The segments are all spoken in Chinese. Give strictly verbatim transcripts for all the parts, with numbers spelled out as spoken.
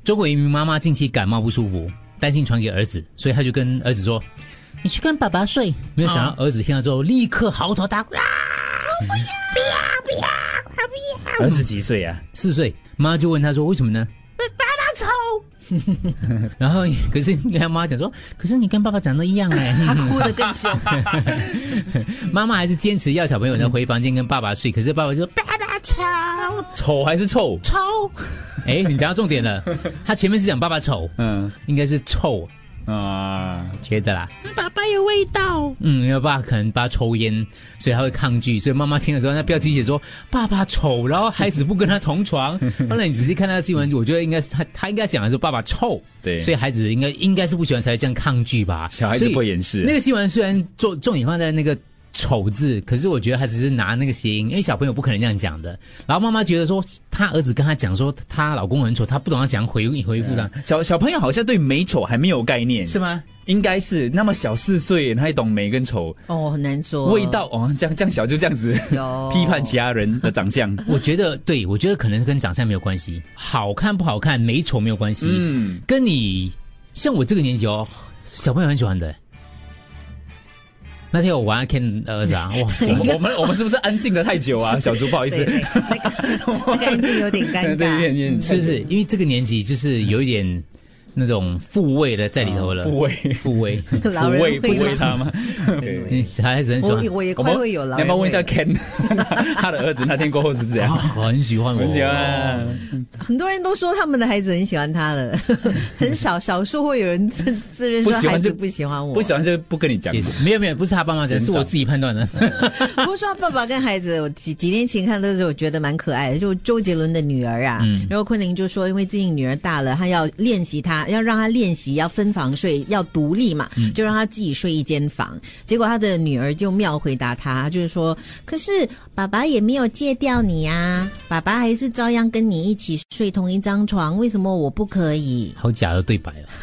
中国一名妈妈近期感冒不舒服，担心传给儿子，所以他就跟儿子说：“你去跟爸爸睡。”没有想到儿子听到之后，立刻嚎啕大哭：“啊，我不要，不要，不要，我不要！” 儿子几岁啊？ 四岁。妈就问他说：“为什么呢？”爸爸丑。然后可是跟他妈讲说，可是你跟爸爸长得一样哎， 他哭得更凶。 妈妈还是坚持要小朋友呢回房间跟爸爸睡，可是爸爸就说爸爸丑， 丑还是臭？ 丑。哎，你讲到重点了，他前面是讲爸爸丑， 嗯， 应该是臭啊， 觉得啦，爸爸有味道，嗯，因为爸爸可能爸抽烟，所以他会抗拒，所以妈妈听了之后，那标题写说爸爸丑，然后孩子不跟他同床。后来你仔细看他的新闻，我觉得应该是他他应该讲的是爸爸臭， 对， 所以孩子应该应该是不喜欢才会这样抗拒吧。 小孩子不会掩饰。 那个新闻虽然重重点放在那个丑字，可是我觉得他只是拿那个谐音，因为小朋友不可能这样讲的。然后妈妈觉得说，他儿子跟他讲说她老公很丑，他不懂要讲回回复他。 小小朋友好像对美丑还没有概念， 是吗？ 应该是那么小四岁，他还懂美跟丑哦，很难说。 味道哦，这样这样小就这样子批判其他人的长相。 我觉得对，我觉得可能是跟长相没有关系，好看不好看、美丑没有关系。嗯，跟你像我这个年纪哦，小朋友很喜欢的。那天我玩 Ken 儿子啊，哇！ 我们我们是不是安静的太久啊？小猪不好意思， 对对那个那个安静有点尴尬。 对， 是是，因为这个年纪就是有一点那种父味的在里头了。 父味， 父味， 父味，父味他吗？ 小孩子很喜欢。 我我也快会有老人味。 你要不要问一下 Ken 他的儿子那天过后是怎样？ 很喜欢我， 很喜欢。 很多人都说他们的孩子很喜欢他的，很少少数会有人自自认说孩子不喜欢我， 不喜欢就不跟你讲。 没有没有，不是他爸妈讲，是我自己判断的。 不过说爸爸跟孩子，我几几年前看的时候，我觉得蛮可爱的，就周杰伦的女儿啊。嗯、然后昆凌就说，因为最近女儿大了，她要练习她，要让她练习要分房睡，要独立嘛，嗯、就让她自己睡一间房。结果她的女儿就妙回答她，就是说，可是爸爸也没有戒掉你啊，爸爸还是照样跟你一起睡同一张床，为什么我不可以？ 好假的对白了。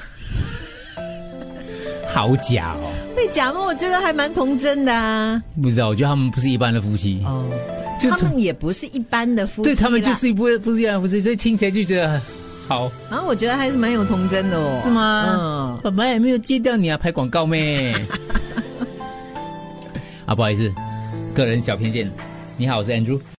好假哦！ 会假吗？我觉得还蛮童真的啊。 不知道，我觉得他们不是一般的夫妻哦， 就他们也不是一般的夫妻， 对他们就是不不是一般的夫妻，所以听起来就觉得好。 啊，我觉得还是蛮有童真的哦。 是吗？嗯，爸爸也没有戒掉你啊，拍广告咩？啊，不好意思，个人小偏见。你好，我是 Andrew。